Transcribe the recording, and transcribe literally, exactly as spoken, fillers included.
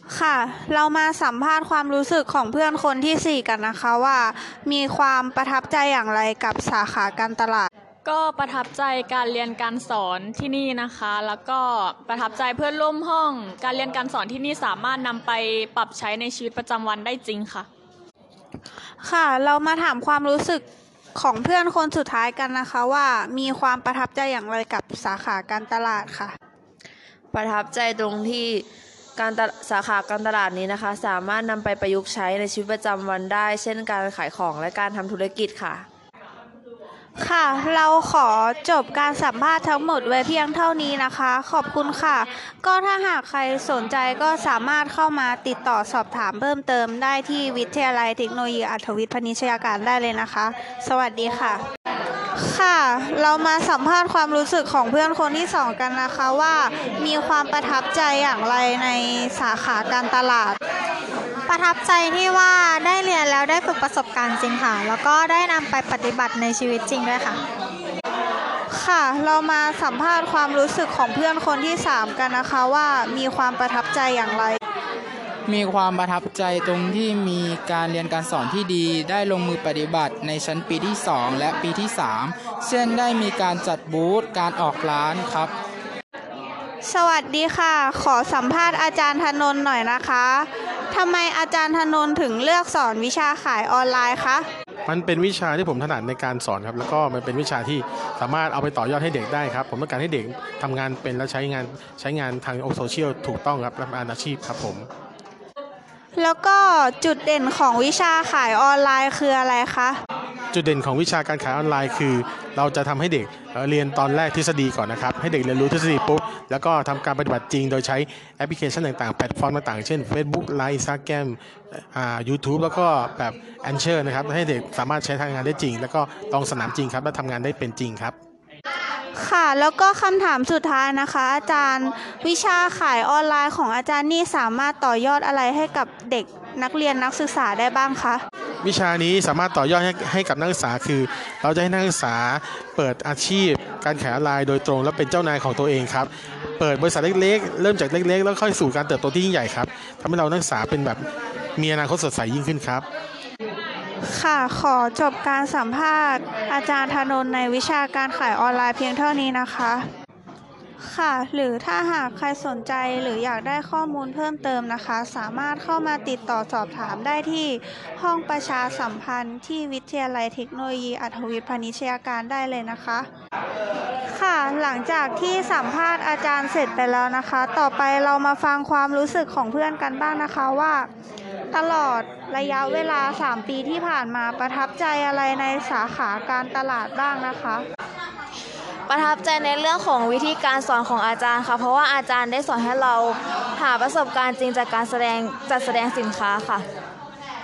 ค่ะเรามาสัมภาษณ์ความรู้สึกของเพื่อนคนที่สี่กันนะคะว่ามีความประทับใจอย่างไรกับสาขาการตลาดก็ประทับใจการเรียนการสอนที่นี่นะคะแล้วก็ประทับใจเพื่อนร่วมห้องการเรียนการสอนที่นี่สามารถนำไปปรับใช้ในชีวิตประจำวันได้จริงค่ะค่ะเรามาถามความรู้สึกของเพื่อนคนสุดท้ายกันนะคะว่ามีความประทับใจอย่างไรกับสาขาการตลาดค่ะประทับใจตรงที่การสาขาการตลาดนี้นะคะสามารถนำไปประยุกต์ใช้ในชีวิตประจำวันได้เช่นการขายของและการทำธุรกิจค่ะค่ะเราขอจบการสัมภาษณ์ทั้งหมดไว้เพียงเท่านี้นะคะขอบคุณค่ะก็ถ้าหากใครสนใจก็สามารถเข้ามาติดต่อสอบถามเพิ่มเติมได้ที่วิทยาลัยเทคโนโลยีอัธวิทย์พนิชยาการได้เลยนะคะสวัสดีค่ะค่ะเรามาสัมภาษณ์ความรู้สึกของเพื่อนคนที่สองกันนะคะว่ามีความประทับใจอย่างไรในสาขาการตลาดประทับใจที่ว่าได้เรียนแล้วได้ฝึกประสบการณ์จริงค่ะแล้วก็ได้นำไปปฏิบัติในชีวิตจริงด้วยค่ะค่ะเรามาสัมภาษณ์ความรู้สึกของเพื่อนคนที่สามกันนะคะว่ามีความประทับใจอย่างไรมีความประทับใจตรงที่มีการเรียนการสอนที่ดีได้ลงมือปฏิบัติในชั้นปีที่สองและปีที่สามเช่นได้มีการจัดบูธการออกร้านครับสวัสดีค่ะขอสัมภาษณ์อาจารย์ธนนท์หน่อยนะคะทำไมอาจารย์ธนนท์ถึงเลือกสอนวิชาขายออนไลน์คะมันเป็นวิชาที่ผมถนัดในการสอนครับแล้วก็มันเป็นวิชาที่สามารถเอาไปต่อยอดให้เด็กได้ครับผมต้องการให้เด็กทำงานเป็นแล้วใช้งานใช้งานทางโซเชียลถูกต้องครับและเป็นอาชีพครับผมแล้วก็จุดเด่นของวิชาขายออนไลน์คืออะไรคะจุดเด่นของวิชาการขายออนไลน์คือเราจะทำให้เด็กเรียนตอนแรกทฤษฎีก่อนนะครับให้เด็กเรียนรู้ทฤษฎีปุ๊บแล้วก็ทำการปฏิบัติจริงโดยใช้แอปพลิเคชันต่างๆแพลตฟอร์มต่างๆเช่น Facebook Line Instagram อ่า YouTube แล้วก็แบบ Anchor นะครับให้เด็กสามารถใช้ทำงานได้จริงแล้วก็ลองสนามจริงครับและทำงานได้เป็นจริงครับค่ะแล้วก็คำถามสุดท้ายนะคะอาจารย์วิชาขายออนไลน์ของอาจารย์นี่สามารถต่อยอดอะไรให้กับเด็กนักเรียนนักศึกษาได้บ้างคะวิชานี้สามารถต่อยอดให้ให้กับนักศึกษาคือเราจะให้นักศึกษาเปิดอาชีพการขายออนไลน์โดยตรงและเป็นเจ้านายของตัวเองครับเปิดบริษัทเล็กๆเริ่มจากเล็กๆแล้วค่อยสู่การเติบโตที่ยิ่งใหญ่ครับทำให้เรานักศึกษาเป็นแบบมีอนาคตสดใสยิ่งขึ้นครับค่ะขอจบการสัมภาษณ์อาจารย์ธนนท์ในวิชาการขายออนไลน์เพียงเท่านี้นะคะค่ะหรือถ้าหากใครสนใจหรืออยากได้ข้อมูลเพิ่มเติมนะคะสามารถเข้ามาติดต่อสอบถามได้ที่ห้องประชาสัมพันธ์ที่วิทยาลัยเทคโนโลยีอัธวิทย์พนิชยาการได้เลยนะคะค่ะหลังจากที่สัมภาษณ์อาจารย์เสร็จไปแล้วนะคะต่อไปเรามาฟังความรู้สึกของเพื่อนกันบ้างนะคะว่าตลอดระยะเวลาสามปีที่ผ่านมาประทับใจอะไรในสาขาการตลาดบ้างนะคะประทับใจในเรื่องของวิธีการสอนของอาจารย์ค่ะเพราะว่าอาจารย์ได้สอนให้เราหาประสบการณ์จริงจากการแสดงจัดแสดงสินค้าค่ะ